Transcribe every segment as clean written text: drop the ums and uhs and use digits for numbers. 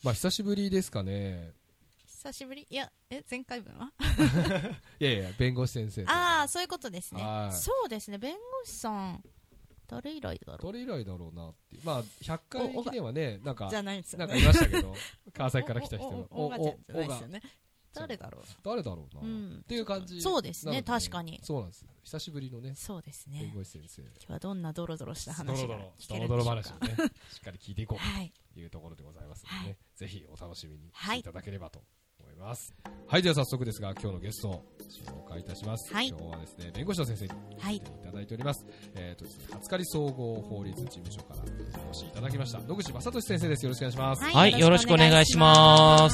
まあ久しぶりですかね。 久しぶり？いや、前回分はいやいや、弁護士先生。 ああ、そういうことですね。 はい。 そうですね、弁護士さん、誰以来だろう。 誰以来だろうなっていう。まあ、100回記念はね、なんか、 じゃないですよね。 なんかいましたけど、関西から来た人が。 おがちゃんじゃないですよね。誰だろう。 誰だろうな。っていう感じ。 そうですね、確かに。 そうなんです。久しぶりのね。 そうですね。 弁護士先生。 今日はどんなドロドロした話が聞けるんでしょうか。 ドロドロ話をね、しっかり聞いていこうというところでございますのでね、ぜひお楽しみにしていただければと思います。はい、では早速ですが、今日のゲストを紹介いたします。今日はですね、弁護士の先生に来ていただいております。ですね、初刈総合法律事務所からお越しいただきました野口正俊先生です。よろしくお願いします。 はい、よろしくお願いします。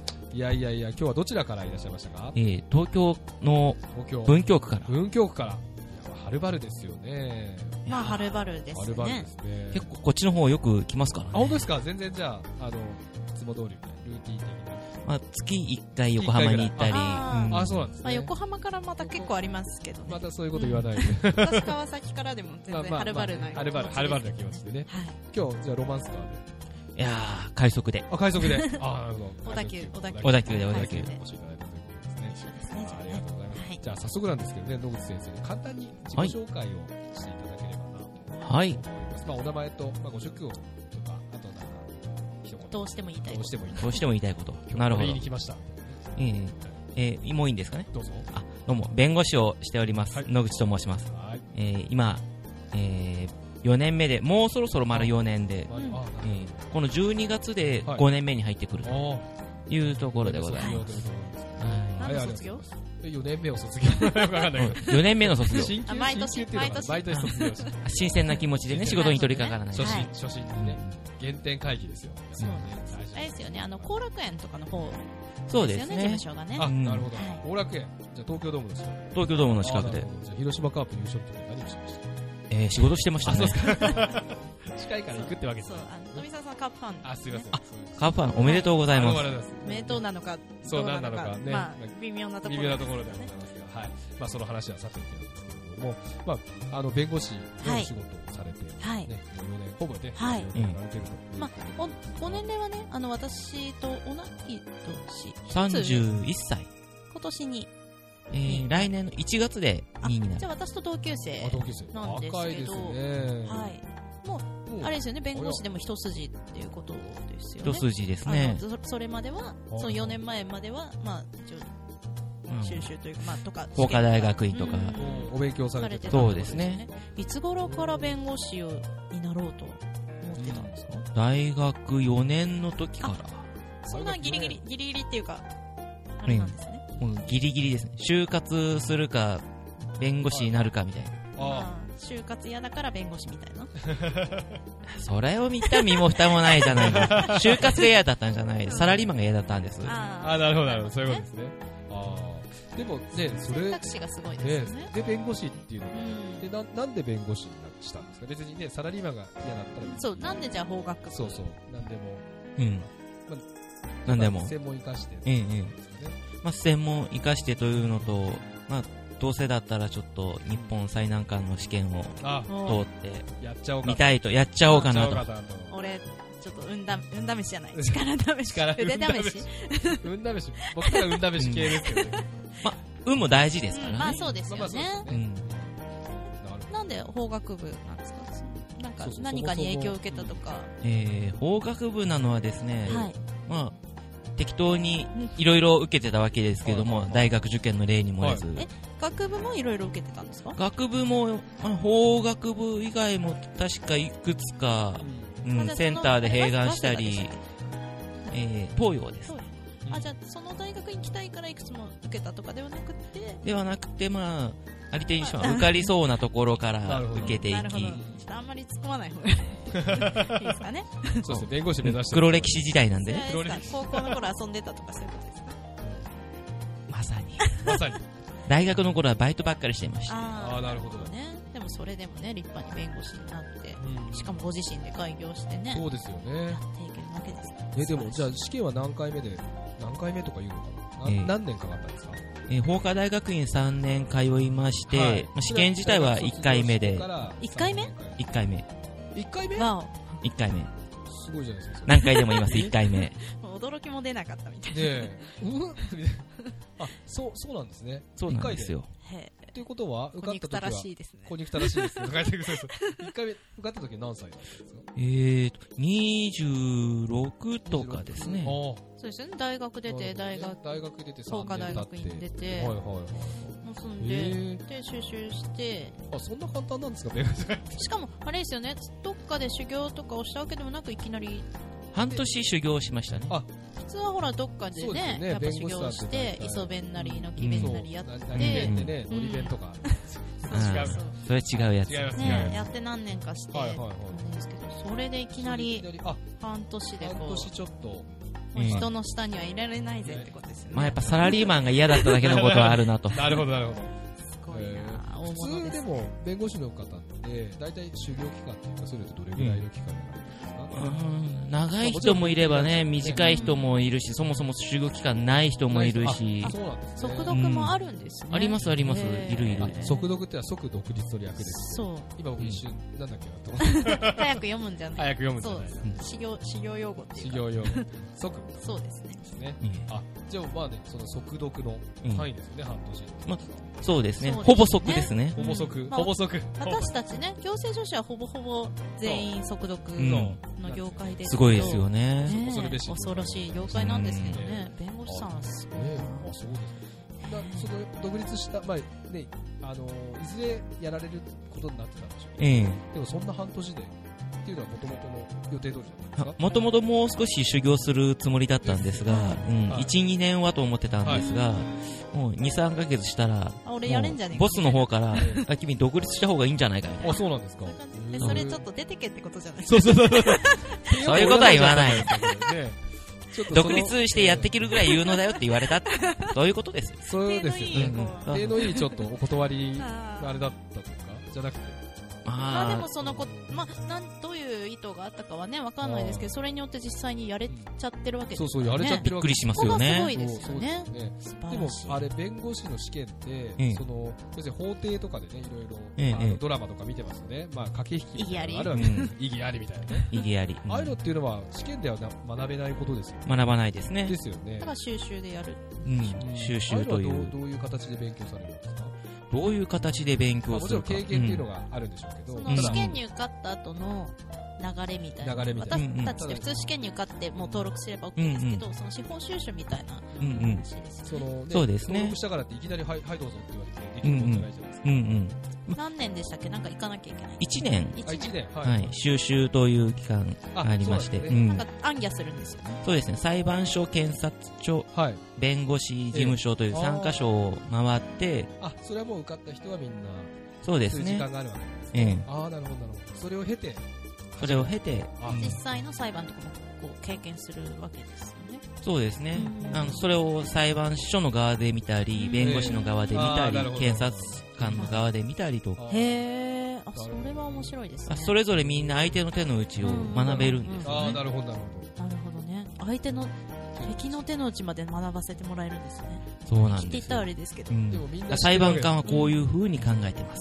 いやいやいや、今日はどちらからいらっしゃいましたか？ 東京の文京区から。 文京区から。いや、はるばるですよね。 まあ、はるばるですね。 はるばるですね。 結構こっちの方よく来ますからね。 あ、本当ですか？全然じゃあ、いつも通りルーティン的な。 まあ、月1回横浜に行ったり。 あ、そうなんですね。 まあ、横浜からまた結構ありますけどね。 またそういうこと言わないで。 私、川崎からでも全然はるばるない。 はるばるな気持ちでね。今日、じゃあロマンスカーで。 いやー、快速で。 あ、快速で。あ、なるほど。 小田急で。 お越しいただいたということですね。ありがとうございます。じゃあ早速なんですけどね、野口先生に簡単に自己紹介をしていただければなと思います。 はい。 まあ、お名前と、まあ、ご職業とか、あとなんか、一言。 どうしても言いたいこと。 どうしても言いたいこと。なるほど。 言いに来ました。 もういいんですかね。 どうぞ。 あ、どうも、弁護士をしております。野口と申します。今、4年目で、もうそろそろ丸4年で、この12月で5年目に入ってくるというところでございます。 何の卒業 ？4年目を卒業。 4年目の卒業。 毎年卒業し新鮮な気持ちでね、仕事に取り掛からない。 初心にね、原点回帰ですよ。 そうあれですよね、後楽園とかの方。 そうですね。 事務所がね。 あ、なるほど。後楽園。じゃあ東京ドームの近く。 東京ドームの近くで。 じゃあ広島カープ優勝の時何をしました？ 仕事してましたね。 近いから行くってわけです。 そう、富澤さんカープファン。 あ、すいません。 カープファンおめでとうございます。 おめでとうなのか、 そうなんなのかね。 まあ、微妙なところでございますけど、はい。まあ、その話はさておきなんですけれども、まあ、弁護士の仕事をされて、ね、4年ほぼで、 はい。 やられてると。 まあ、ご年齢はね、私と同い年。 31歳。 今年に。 来年の1月で2になる。 じゃあ私と同級生なんですけど、 若いですね。 はい。もうあれですよね、弁護士でも一筋っていうことですよね。 一筋ですね。 それまでは、その4年前までは、まあ修習というか、まあとか法科大学院とかお勉強されてた。 そうですね。 いつ頃から弁護士になろうと思ってたんですか？ 大学4年の時から。 そんなギリギリっていうかあれなんですね。 ギリギリですね。就活するか弁護士になるかみたいな。 就活嫌だから弁護士みたいな。 それを見た身も蓋もないじゃないですか。就活が嫌だったんじゃないです。サラリーマンが嫌だったんです。 なるほどなるほど、そういうことですね。でもね、それ選択肢がすごいですよね。 で弁護士っていうので、なんで弁護士にしたんですか？別にね、サラリーマンが嫌だったら。 そう、なんでじゃあ法学部。 そうそう、なんでも。 なんでも。 専門生かして。 まあ、専門生かしてというのと、まあ、どうせだったらちょっと日本最難関の試験を通ってやっちゃおうか見たいとやっちゃおうかなと。 俺ちょっと運試しじゃない、力試し、腕試し、 運試し、僕ら運試し系ですけどね。 まあ運も大事ですからね。 まあそうですよね。なんで法学部なんですか？なんか何かに影響を受けたとか。 法学部なのはですね、まあ適当にいろいろ受けてたわけですけども、大学受験の例に漏れず。 学部もいろいろ受けてたんですか？ 学部も、法学部以外も確かいくつか、センターで併願したり、東洋です。 じゃあその大学に行きたいからいくつも受けたとかではなくて、 まあありていにしは受かりそうなところから受けていき、 ちょっとあんまり突っ込まない方がいいですかね。 そうですね、弁護士目指して黒歴史時代なんでね。 高校の頃遊んでたとかそういうことですか？ まさにまさに大学の頃はバイトばっかりしていました。 なるほどね。でもそれでもね、立派に弁護士になって、しかもご自身で開業してね、 そうですよね、 やっていけるわけです。 でもじゃあ試験は何回目とか言うのかな、何年かかったんですか？ 法科大学院3年通いまして、試験自体は1回目で。 1回目 ?1 回目。 1回目？ わお。 1回目。 すごいじゃないですか。 何回でも言います、1回目。 驚きも出なかったみたいな。 あ、そうなんですね。 そうなんですよ。 ということは、受かった時は、 小憎たらしいですね。 小憎たらしいですね。1回目、受かった時は何歳だったんですか ？26とかですね。 そうですよね。大学出て、創価大学院出て、 はいはいはい。 そんで、修習して、 あ、そんな簡単なんですか、 しかも、あれですよね、どっかで修行とかをしたわけでもなく、いきなり。 半年修行しましたね。 普通はほらどっかでね、やっぱ修行して磯弁なりの木弁なりやって、 のり弁とか、 それ違うやつね、やって何年かしてですけど、それでいきなり半年でこう、 半年ちょっと人の下にはいられないぜってことですよね。 まあやっぱサラリーマンが嫌だっただけのことはあるなと。 なるほどなるほど。 すごいな。 普通でも弁護士の方って大体修行期間っていうか、それとどれぐらいの期間になるんですか？ 長い人もいればね、短い人もいるし、そもそも修行期間ない人もいるし、 速読もあるんですね。 ありますあります、いるいる。 速読ってのは即独立の略です。 そう。 今僕一瞬なんだっけなと思って。 早く読むんじゃない。 早く読むんじゃない。 修行用語っていうか。 修行用語。即。 そうですね。 あ、じゃあまあね、その速読の範囲ですよね、半年。 まあそうですね。ほぼ速ですね。 ほぼ速。ほぼ速。 私たちね、行政書士はほぼほぼ全員速読の業界です。 すごいですよね。 恐ろしい業界なんですけどね。弁護士さんはすごい。 そうですね。その独立した、まあね、いずれやられることになってたんでしょうけど、でもそんな半年でっていうのはもともとの予定通りじゃないですか。 もともともう少し修行するつもりだったんですが、1、2年はと思ってたんですが、もう2、3ヶ月したら、ボスの方から、君独立した方がいいんじゃないかみたいな。 あ、そうなんですか。 それちょっと出てけってことじゃないですか。 そういうことは言わない。独立してやっていけるぐらい有能だよって言われたって、そういうことですよ。 そうですよね。手のいいちょっとお断りのあれだったとか、じゃなくて。 まあでもそのどういう意図があったかはね、わかんないですけど、それによって実際にやれちゃってるわけですよね。 そう、やれちゃってるわけです。 びっくりしますよね。 すごいですよね。 でも、あれ、弁護士の試験って、その、要するに法廷とかでね、いろいろ、ドラマとか見てますよね。まあ、駆け引きがあるわけです。意義ありみたいなね。 意義あり。 ああいうのっていうのは、試験では学べないことですよね。学ばないですね。 ですよね。 だから収集でやる。 収集という。 どういう形で勉強されるんですか？ どういう形で勉強するか。 もちろん経験っていうのがあるんでしょうけど、 その試験に受かった後の流れみたいな。私たちって普通試験に受かってもう登録すれば OK ですけど、その司法収集みたいな話ですよね。 そうですね。 登録したからっていきなりはいどうぞって言われてできるもんじゃないじゃないですか。 何年でしたっけ？なんか行かなきゃいけない。 1年。 1年。 はい。収集という期間がありまして。 なんか暗記するんですよね。 そうですね。裁判所、検察庁、弁護士事務所という3カ所を回って。 あ、それはもう受かった人はみんな。 そうですね。 時間があるわけですね。ああ、なるほど、なるほど。それを経て、 実際の裁判とかもこう経験するわけですよね。 そうですね。それを裁判所の側で見たり、弁護士の側で見たり、検察官の側で見たりと。 へー、それは面白いですね。 それぞれみんな相手の手の内を学べるんですよね。 なるほど、なるほど。 なるほどね。相手の敵の手の内まで学ばせてもらえるんですね。 そうなんです。 って言ったらあれですけど。 裁判官はこういう風に考えてます。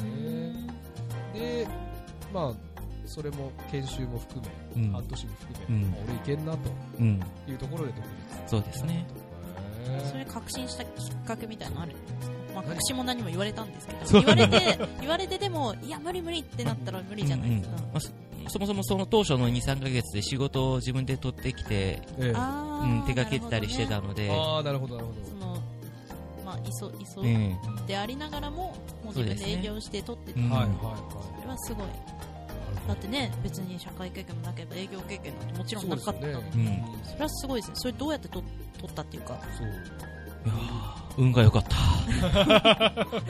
で、まあ、それも研修も含め、半年も含め、俺いけんなというところで独立。 そうですね。 それ確信したきっかけみたいなのあるんですか？まあ、確信も何も言われたんですけど、言われてでも、いや、無理ってなったら無理じゃないですか。 そもそもその当初の2、3ヶ月で仕事を自分で取ってきて、手掛けたりしてたので。 なるほど、なるほど。 その、まあ、でありながらも、もう自分で営業して取ってた。それはすごい。だってね、別に社会経験もなければ営業経験なんてもちろんなかったのに、それはすごいですね。それどうやって取ったっていうか。 いや運が良かった。 なるほど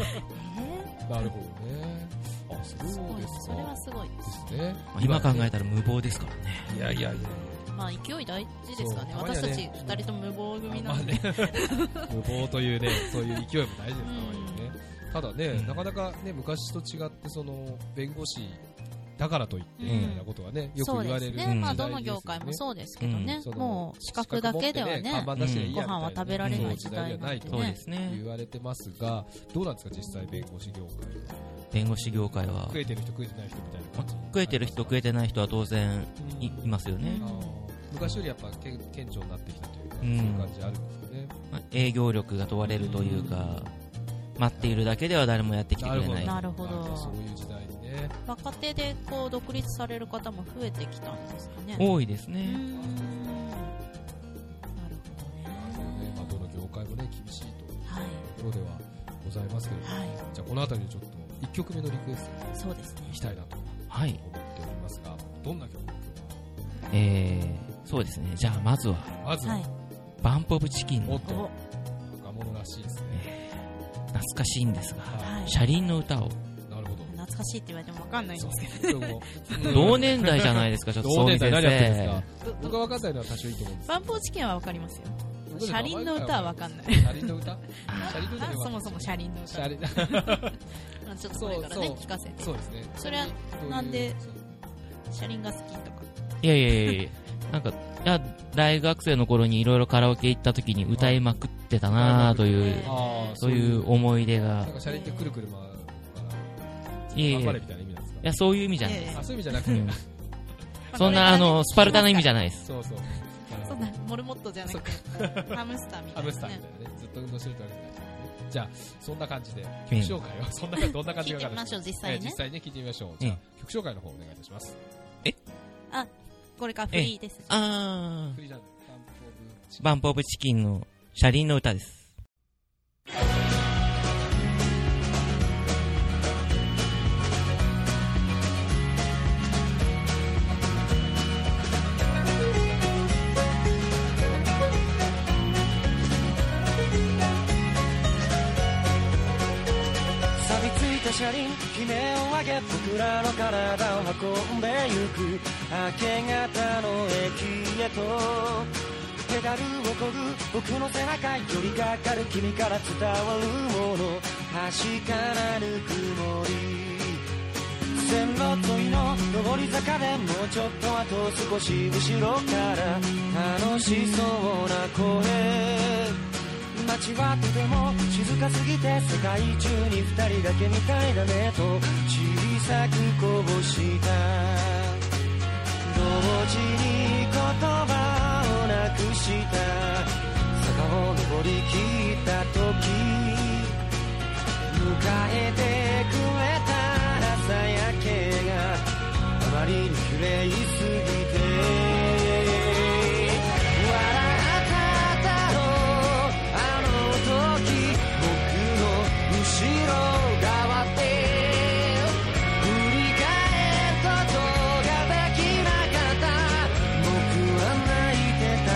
ね。あ、そうですか。 それはすごいですね。 今考えたら無謀ですからね。 いや。 まあ勢い大事ですからね。私たち2人とも無謀組なんで。 無謀というね、そういう勢いも大事ですからね。ただね、なかなかね、昔と違ってその弁護士だからといってみたいなことはね、よく言われる。 そうですね。まあどの業界もそうですけどね。もう資格だけではね、ご飯は食べられない時代なんでね。 言われてますが、どうなんですか実際弁護士業界は。 弁護士業界は食えてる人食えてない人みたいな感じ。 食えてる人食えてない人は当然いますよね。 昔よりやっぱ顕著になってきたというか、そういう感じあるんですかね。 営業力が問われるというか、待っているだけでは誰もやってきてくれない。 なるほど。 そういう時代にね。 若手でこう独立される方も増えてきたんですかね。 多いですね。 なるほどね。 まあどの業界もね厳しいというところではございますけれども、じゃあこのあたりでちょっと1曲目のリクエストをいきたいなと思っておりますが、どんな曲を今日は。そうですね。じゃあまずはバンプオブチキンの若者らしいですね。 懐かしいんですが、車輪の歌を。 なるほど。 懐かしいって言われても分かんないんですけど。 同年代じゃないですか、ちょっと同年代何やってるんですか。僕は分かんないのは多少いいと思うんです。 バンプオブチキンは分かりますよ。車輪の歌は分かんない。 車輪の歌？ そもそも車輪の歌。ちょっとこれからね聞かせて。 そうですね。 それはなんで車輪が好きとか。 いやなんか大学生の頃にいろいろカラオケ行った時に歌いまくってたなというそういう思い出が。 なんか車輪ってくるくる回るから頑張れみたいな意味なんですか。 いやそういう意味じゃないです。 そういう意味じゃなくて、 そんなスパルタの意味じゃないです。 そうそう。 そんなモルモットじゃなくてハムスターみたいなね。ハムスターみたいなね。ずっと運動してるとあれみたいなね。じゃあそんな感じで曲紹介をどんな感じが聞いてみましょう実際ね。 実際ね聞いてみましょう。じゃあ曲紹介の方お願いいたします。 これからフリーです。フリーじゃん。 バンプオブチキンの車輪の歌です。 錆びついた車輪、悲鳴を上げ僕らの体を運んでゆく明け方の駅へとペダルを漕ぐ僕の背中寄りかかる君から伝わるもの端からぬくもり線路沿いの上り坂でもうちょっとあと少し後ろから楽しそうな声街はとても静かすぎて世界中に二人だけみたいだねと小さくこぼした同時に言葉をなくした坂を登り切った時迎えてくれた朝焼けがあまりに綺麗すぎて後ろ側で振り返ることができなかった僕は泣いてた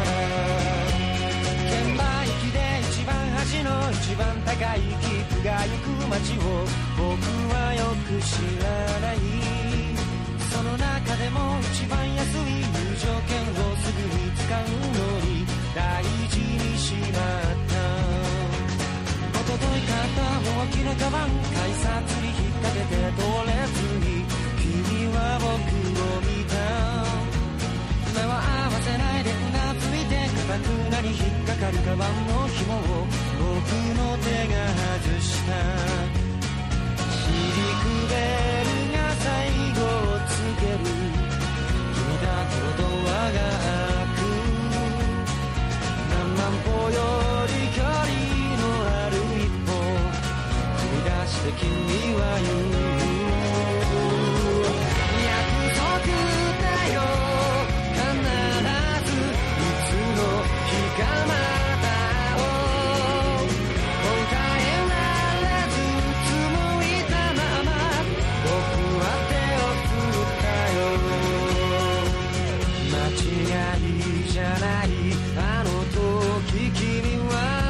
から券売機で一番端の一番高い切符が行く街を僕はよく知らないその中でも一番安い入場券をすぐに使うのに大事にしまった届いた大きなカバン改札に引っ掛けて通れずに君は僕を見た目は合わせないでうなずいて固くなに引っかかるカバンの紐を僕の手が外した響くベルが最後を告げる君だとドアが開く何万歩より距離君は言う約束だよ必ずいつの日かまた会おう答えられずうつむいたまま僕は手を振ったよ間違いじゃないあの時君は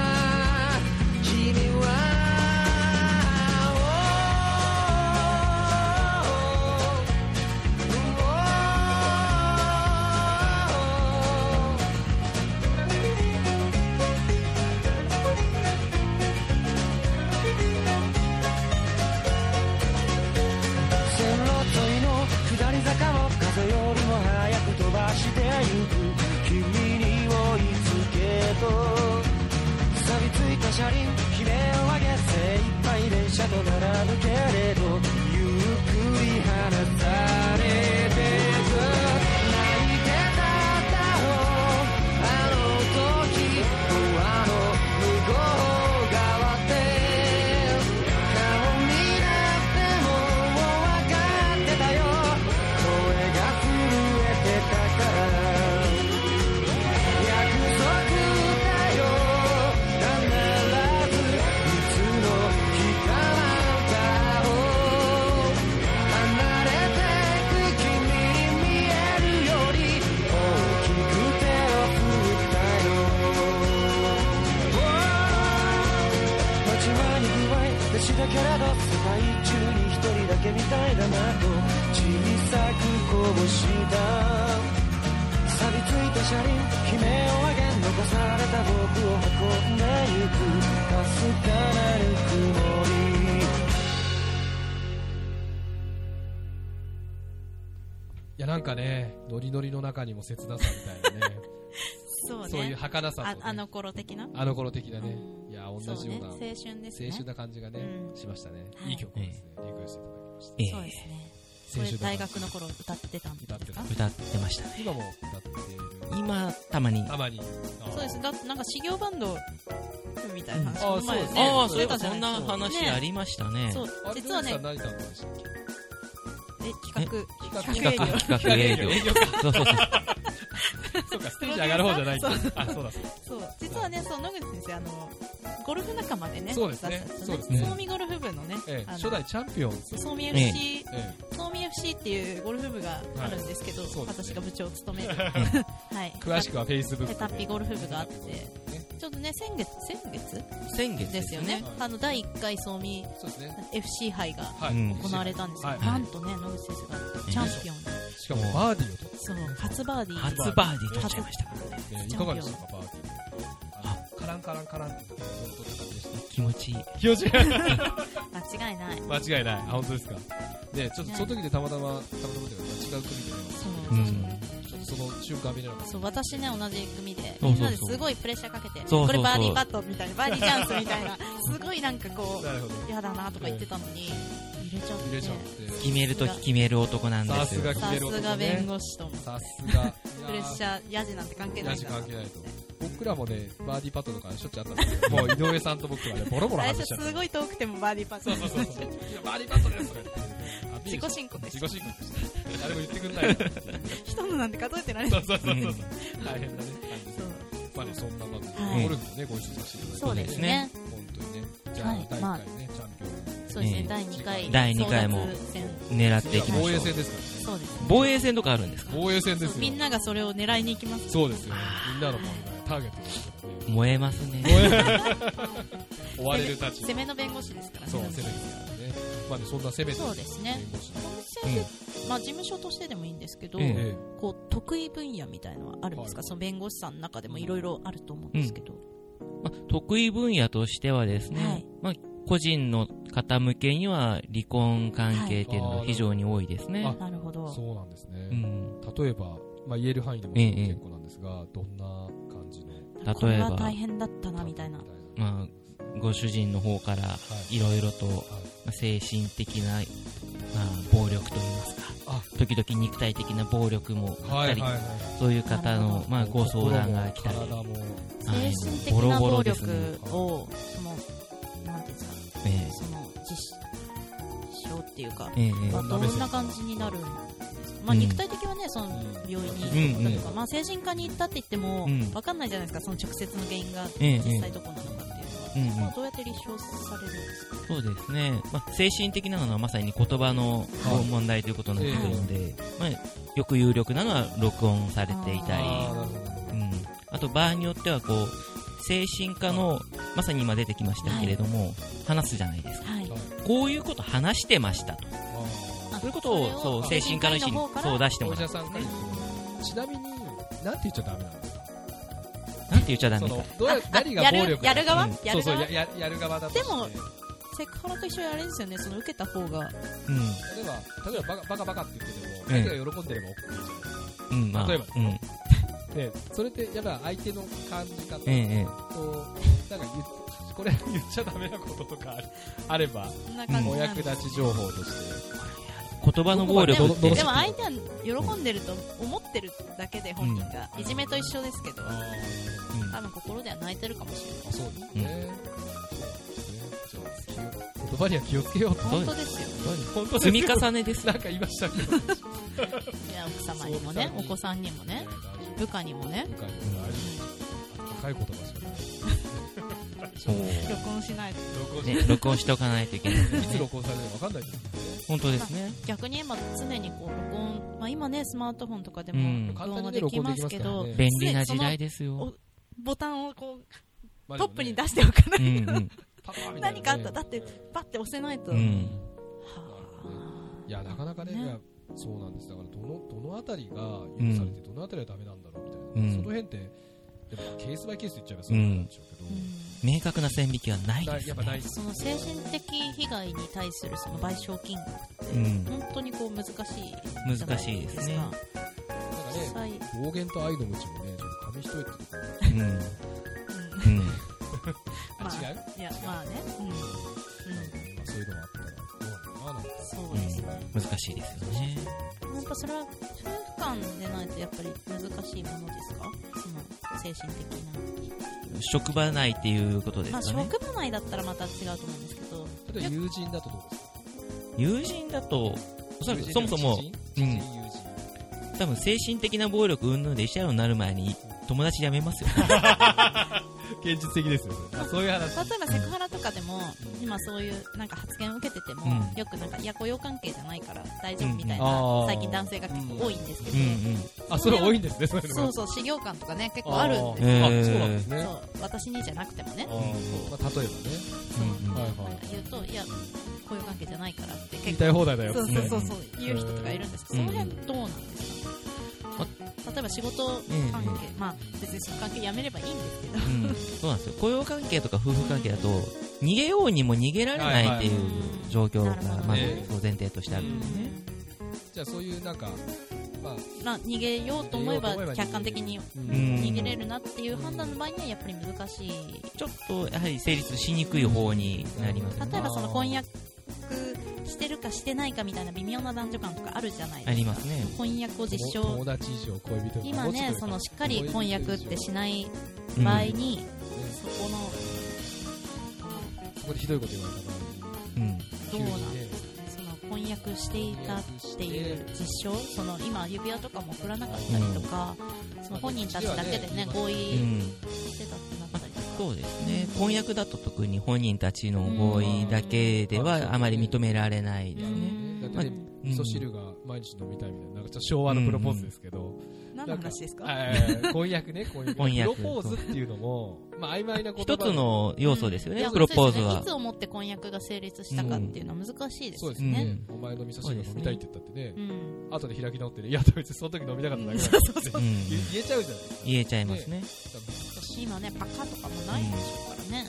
線路沿いの車輪悲鳴を上げ精一杯電車と並ぶけれどゆっくり離されてく泣いてただろうあの時ドアの向こう側で顔になっても分かってたよ声が震えてたからだけれど世界中に一人だけみたいだなと小さくこぼした錆びついた車輪悲鳴を上げ残された僕を運んでゆくかすかなぬくもりいやなんかねノリノリの中にも切なさみたいなねそうね、 そういう儚さと、ね、 あの頃的なね、いや同じような、 青春ですね、 青春な感じがね、しましたね、はい、いい曲をですね、リクエストいただきました、 そうですね、これ大学の頃歌ってたんですか？ 歌ってましたね。 今も歌っている？ 今たまにそうです。だってなんか修行バンドみたいな話も前ね、そういえばそんな話ありましたね。 そう実はね、 何さんでしたっけ？ 企画営業そうそうか、ステージ上がる方じゃないんだ。あ、そうだそう。実はね、そう野口先生ゴルフ仲間でね、 そうですね。 そうですね。総味ゴルフ部のね、 初代チャンピオン。 総味 FC、総味 FC っていうゴルフ部があるんですけど、私が部長を務める。はい。 詳しくは Facebook でタッピゴルフ部があって、ちょっとね先月ですよね。第1回総味 FC 杯が行われたんですけど、なんとね野口先生がチャンピオンで。 しかもバーディーを取って、 そう初バーディー取っちゃいましたからね。 いかがでしたかバーディー？カランカランカランって取った感じでした。 気持ちいい。 気持ちいい。 間違いない。 間違いない。あ、本当ですか。で、ちょっとその時でたまたま違う組でね、ちょっとその瞬間見れなかった。 そう、私ね同じ組でみんなですごいプレッシャーかけて、これバーディーパットみたいな、バーディーチャンスみたいな、すごいなんかこう嫌だなとか言ってたのに。入れちゃって決めるとき決める男なんですよ。 さすが弁護士ともさすがプレッシャーヤジなんて関係ないから。 ヤジ関係ないと僕らもねバーディーパットとかしょっちゅうあったんですけど、もう井上さんと僕はねボロボロ話しちゃって、 最初すごい遠くてもバーディーパット、 そうバーディーパットですとか自己申告でした。 誰も言ってくんない人のなんて数えてられない。 そう大変だね。まあね、そんなまずゴルフもねご一緒させていただいて、 そうですね、 本当にね、じゃあ第1回ねチャンピオン、 そうですね、第 2回も狙っていきましょう。 防衛戦ですからね。 そうですね。 防衛戦とかあるんですか？ 防衛戦ですよ。 みんながそれを狙いに行きます。 そうですよ。みんなのターゲットですからね。 燃えますね。 追われるたち。 攻めの弁護士ですからね。 そう、攻めですからね。まあね、そんな攻めそうですね。野口先生、まあ事務所としてでもいいんですけど、こう得意分野みたいのはあるんですか？その弁護士さんの中でもいろいろあると思うんですけど。 得意分野としてはですね、まあ個人の方向けには離婚関係っていうのが非常に多いですね。 なるほど。 そうなんですね。例えば、まあ言える範囲でも結構なんですが、どんな感じの？ 例えば、 これは大変だったなみたいな。 まあご主人の方からいろいろと精神的な暴力といいますか、時々肉体的な暴力もあったり、そういう方のまあご相談が来たり、 精神的な暴力をそのなんていうんですか、その実証っていうか、どんな感じになるんですか？まあ肉体的はね、その病院に行ったとか、まあ精神科に行ったって言っても分かんないじゃないですか、その直接の原因が実際どこなのかっていうのは。どうやって立証されるんですか？ そうですね、まあ、精神的なのはまさに言葉の問題ということになってくるので、まあ、よく有力なのは録音されていたり、あと場合によってはこう精神科のまさに今出てきましたけれども、話すじゃないですか、こういうこと話してましたと、そういうことをそう精神科の医師にそう出してもらう。 ちなみになんて言っちゃダメなんですか？ なんて言っちゃダメか。 何が暴力？ やる側？ そうそう、やる側だとして。 でもセクハラと一緒にあれですよね、その受けた方が。 例えばバカって言ってても、相手が喜んでれば OK じゃないですか。例えばで、それってやっぱ相手の感じ方と、なんかこれ言っちゃダメなこととかあれば、お役立ち情報として言葉の暴力ってでも相手は喜んでると思ってるだけで本人が、いじめと一緒ですけど、多分心では泣いてるかもしれない。 そうですね、じゃあ言葉には気をつけようと。 本当ですよ、 本当積み重ねです。 なんか言いましたけどいや奥様にもね、お子さんにもね、部下にもね、 高い言葉しかない録音しないと、 ね、録音しておかないといけない、ね、 いつ録音されるか分かんないですね。 本当ですね。 逆に今常にこう録音、まあ、今ねスマートフォンとかでも録音ができますけど、 便利な時代ですよ。 ボタンをこうトップに出しておかないと、何かあったらだってパッて押せないと、いやなかなかね、そうなんです。だからどのあたりが許されて、どのあたりはダメなんだろうみたいな、その辺ってでもケースバイケースって言っちゃいますよね、 明確な線引きはないですね。 やっぱないです。 その精神的被害に対するその賠償金額って本当にこう難しい難しいですね。 なんかね、暴言と愛の無知もね、ちょっと紙一重ってとこ違う？ いやまあね、 そういうのがあったらどうなのかな。 そうですね。 難しいですよね。 本当それは夫婦間でないとやっぱり難しいものですか？その精神的な。 職場内っていうことですかね。 まあ職場内だったらまた違うと思うんですけど。 例えば友人だとどうですか？ 友人だとそもそも多分精神的な暴力云々で医者になる前に友達辞めますよ。 現実的ですよね。そういう話。 例えばセクハラとかでも、今そういうなんか発言を受けてても、よくなんかいや雇用関係じゃないから大丈夫みたいな、最近男性が結構多いんですけど、 それ多いんですね。 そうそう、始業感とかね結構あるんですよ。そうなんですね。 そう、私にじゃなくてもね。 例えばね、 言うといや雇用関係じゃないからって言いたい放題だよ。 そう言う人とかいるんですけど、その辺どうなんですか？例えば仕事関係、まあ別にその関係やめればいいんですけど、 そうなんですよ。雇用関係とか夫婦関係だと逃げようにも逃げられないっていう状況がまず前提としてあるんですね。 じゃあそういうなんか逃げようと思えば客観的に逃げれるなっていう判断の場合にはやっぱり難しい。 ちょっとやはり成立しにくい方になりますね。 例えばその婚約してるかしてないかみたいな微妙な男女間とかあるじゃないですか。 ありますね。 婚約を実証、 友達以上恋人、 今ね、そのしっかり婚約ってしない場合に、 そこでひどいこと言われた場合、 どうなんですかね。その婚約していたっていう実証、その今指輪とかも送らなかったりとか、その本人たちだけでね合意してたってなったりとか。 そうですね。婚約だと特に本人たちの合意だけではあまり認められないですね。 だって味噌汁が毎日飲みたいみたいな、なんかちょっと昭和のプロポーズですけど。 何の話ですか？ 婚約ね、婚約。プロポーズっていうのも、まあ曖昧な言葉。 一つの要素ですよね、プロポーズは。 いつをもって婚約が成立したかっていうのは難しいですよね。 お前の味噌汁が飲みたいって言ったってね、後で開き直ってね、いや別にその時飲みたかっただけだって言えちゃうじゃないですか。 言えちゃいますね。 今ね、パカとかもないでしょうからね。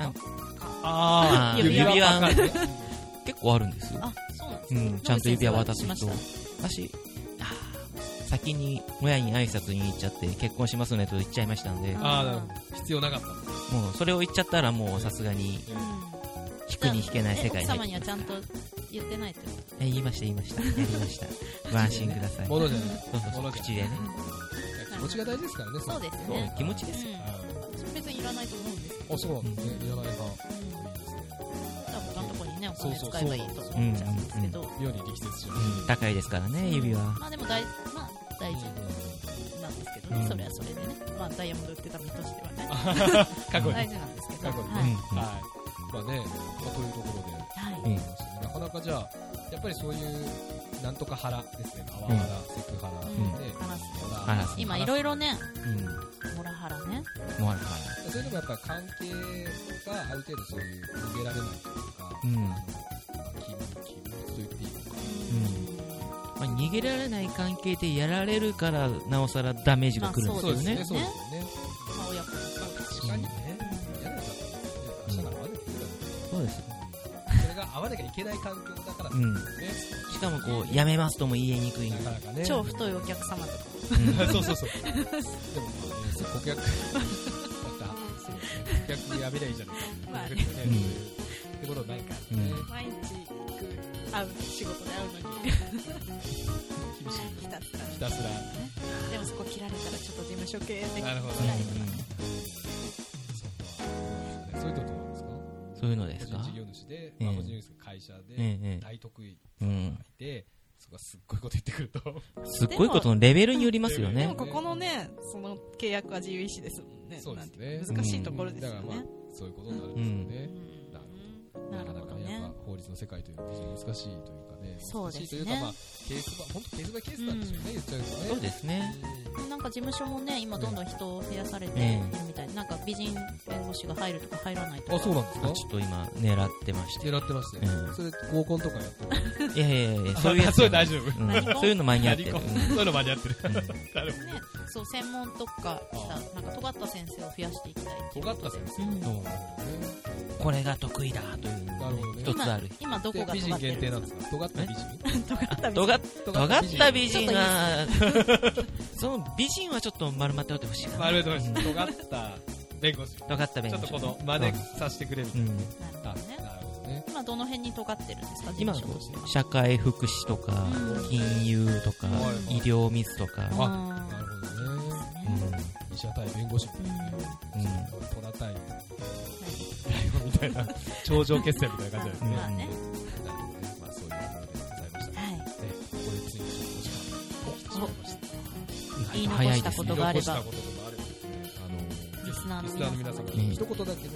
指輪結構あるんですよ。 あ、そうなんですか。 ちゃんと指輪渡す人。私先に親に挨拶に行っちゃって結婚しますねと言っちゃいましたんで。 必要なかった。 もうそれを言っちゃったらもうさすがに引くに引けない世界に。 奥様にはちゃんと言ってないってこと？ 言いましたやりました。ご安心ください。 物じゃない。 そう口でね。 気持ちが大事ですからね。 そうですね。 気持ちですよ。 別にいらないと思うんですけど。そうなんですね。いらない派。 他のところにね、お金使えばいいと思っちゃうんですけど。 妙に力説じゃ高いですからね、指輪。 まあでも大事なんですけどね、それはそれでね。まあダイヤモンド売ってた身としてはね。大事なんですけど。 まあね、というところで、なかなかじゃあ、やっぱりそういうなんとか腹ですね、パワハラ、セクハラ、今いろいろね、モラハラね。 それでもやっぱり関係がある程度そういう逃げられないというか、機密と言っていいのか。 逃げられない関係でやられるからなおさらダメージが来るんですよね。 そうですね。 親子も確かにね。嫌なやつだったら明日から会わなきゃいけない。 そうです。 それが会わなきゃいけない環境だからね。 しかもこうやめますとも言えにくい。 なかなかね。 超太いお客様とか。 そう。でも顧客顧客やめりゃいいじゃないかってことないからね。 毎日会う仕事で会うのに厳しい。 ひたすら。でもそこ切られたらちょっと事務所系で。 なるほど。そういうのどうですか？ そういうのですか？ 個人事業主で、個人事業主会社で大得意さんがいて。そこがすっごいこと言ってくるとすっごいことのレベルによりますよね。 でもここのね、その契約は自由意志ですもんね。 そうですね。 難しいところですよね。 だからまあそういうことになるんですよね。なかなかやっぱ法律の世界というのは非常に難しいというかね。 そうですね。 難しいというかまあケースバ本当ケースバイケースなんですよね。言っちゃうとね。 そうですね。 なんか事務所もね今どんどん人を増やされているみたいな。なんか美人弁護士が入るとか入らないとか。 あ、そうなんですか。 ちょっと今狙ってまして。 狙ってまして。それ合コンとかやってる。 いやそういうやつ。 それ大丈夫。 そういうの間に合ってる。 そういうの間に合ってる。 ね、そう専門特化したなんか尖った先生を増やしていきたい。 尖った先生。 これが得意だという一つある。 今どこが美人限定なんですか。尖った美人。 尖った美人がその美人はちょっと丸まっておいてほしいな。 丸めてほしい。尖った弁護士。 尖った弁護士。 ちょっとこの真似させてくれる。 なるほどね。今どの辺に尖ってるんですか。 今社会福祉とか金融とか医療ミスとか。 なるほどね。医者対弁護士みたいなね。虎対みたいな頂上決戦みたいな感じですね。 まあね。 まあそういうところでございました。はい。ここでついにお時間が来てしまいました。 言い残したことがあれば。リスナーの皆様に一言だけね。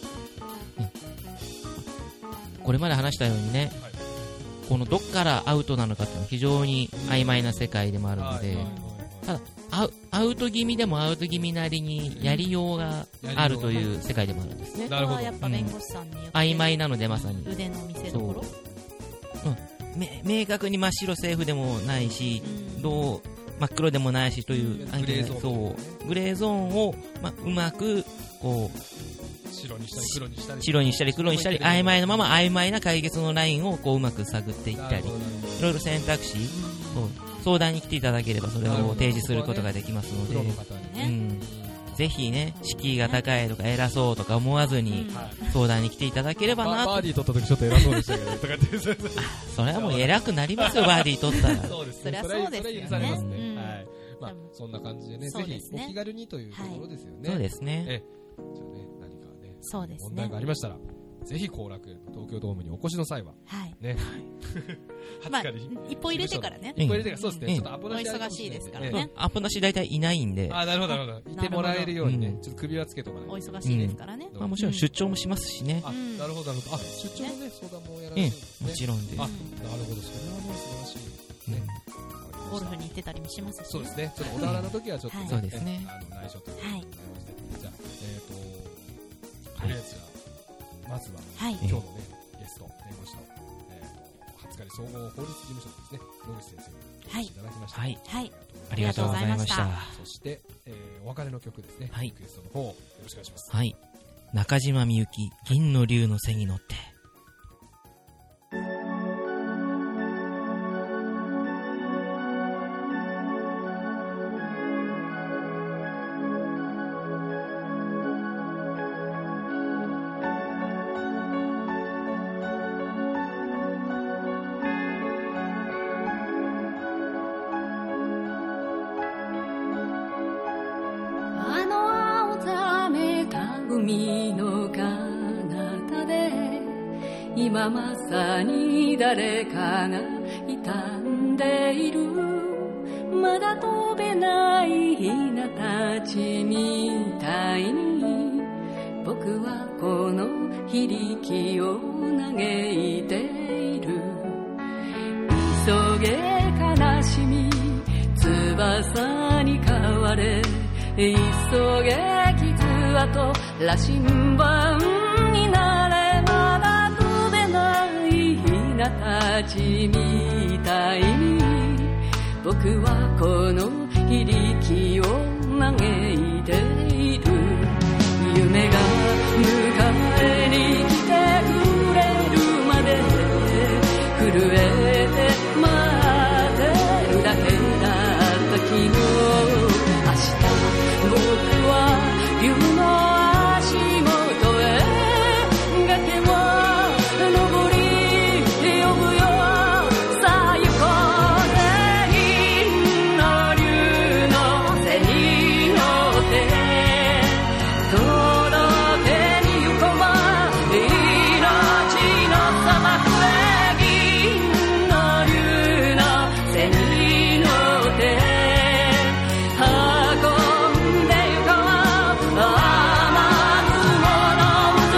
これまで話したようにね、このどっからアウトなのかっていうのは非常に曖昧な世界でもあるので、ただアウト気味でもアウト気味なりにやりようがあるという世界でもあるんですね。 なるほど。やっぱ弁護士さんによって曖昧なのでまさに腕の見せ所。 明確に真っ白セーフでもないし、真っ黒でもないしというグレーゾーンをうまくこう白にしたり黒にしたり曖昧なまま曖昧な解決のラインをこううまく探っていったり、いろいろ選択肢を相談に来ていただければそれを提示することができますので、ぜひね、敷居が高いとか偉そうとか思わずに相談に来ていただければなと。 バーディー取った時ちょっと偉そうでしたけどとかってそれはもう偉くなりますよ、バーディー取ったら。 そうですね。それはそうですよね。はい。まあそんな感じでね、ぜひお気軽にというところですよね。 そうですね。 じゃあね、何かね、問題がありましたらぜひ後楽園東京ドームにお越しの際はね、 まあ一歩入れてからね。 一歩入れてからそうですね。ちょっとアポなし忙しいですからね。 アポなし大体いないんで。 あ、なるほどなるほど。いてもらえるようにね、ちょっと首はつけとかない。 お忙しいですからね。 もちろん出張もしますしね。 あ、なるほどなるほど。あ、出張のね相談もやられるんですね。 もちろんです。 あ、なるほど。それはもう素晴らしいね。 ゴルフに行ってたりもしますし。 そうですね。ちょっと小田原の時はちょっとそうですね。 内緒ということでございまして。じゃあとりあえずまずは今日のねゲスト弁護士の初狩総合法律事務所ですね野口先生にいただきました。 はい。ありがとうございました。 そしてお別れの曲ですね。リクエストの方よろしくお願いします。 はい。中島みゆき銀の竜の背に乗って。 海の彼方で今まさに誰かが傷んでいるまだ飛べないヒナたちみたいに僕はこの非力を嘆いている急げ悲しみ翼に変われ急げ傷跡羅針盤になれまだ飛べないヒナたちみたいに僕はこの非力を嘆いている夢が迎えに来てくれるまで震えて待ってるだけだった昨日明日僕は竜の足元へ崖を登り呼ぶよさあ行こうぜの竜の背に乗って届けに行こう命の砂漠へ銀の竜の背に乗って運んで行こう雨雲の渦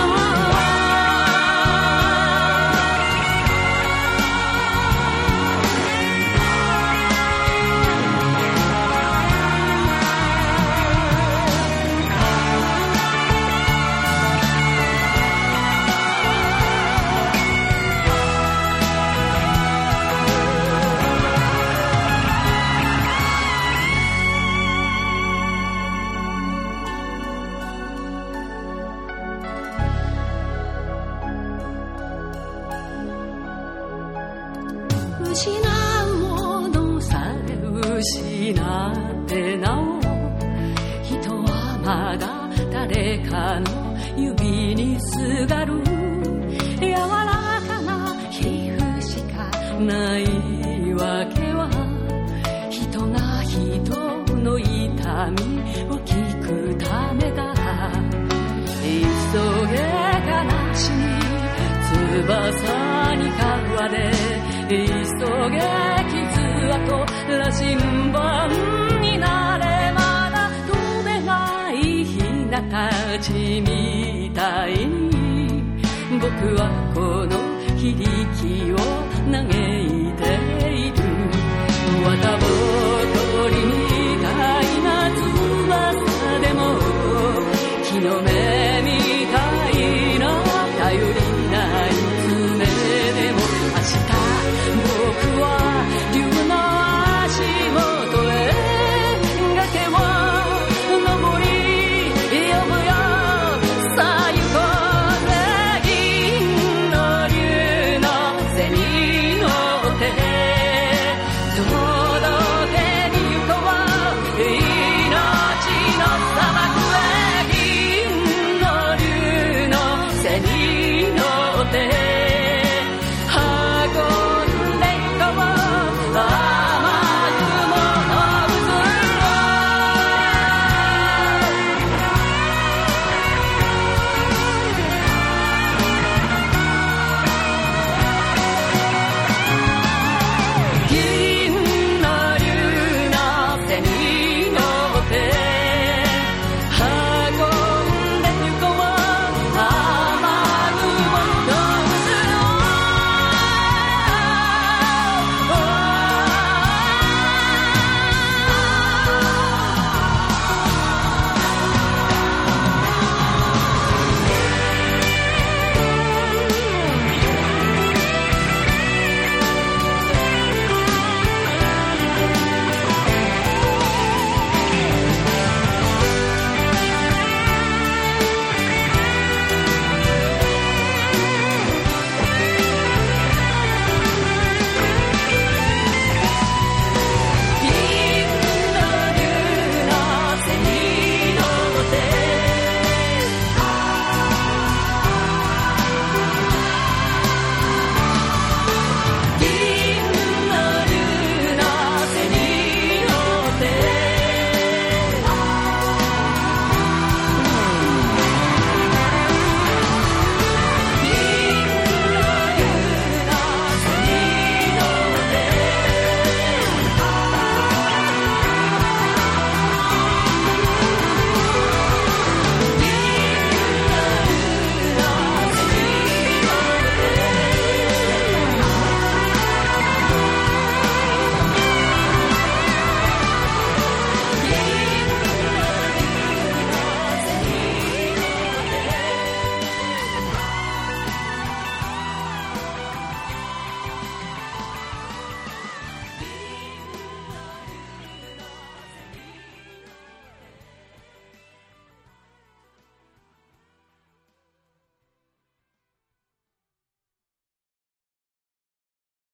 失うものさえ失ってなお人はまだ誰かの指にすがる柔らかな皮膚しかないわけは人が人の痛みを聞くためだ急げ悲しみ翼に飼われ急げ傷跡羅針盤になれまだ飛べないひなたちみたいに僕はこの響きを嘆いている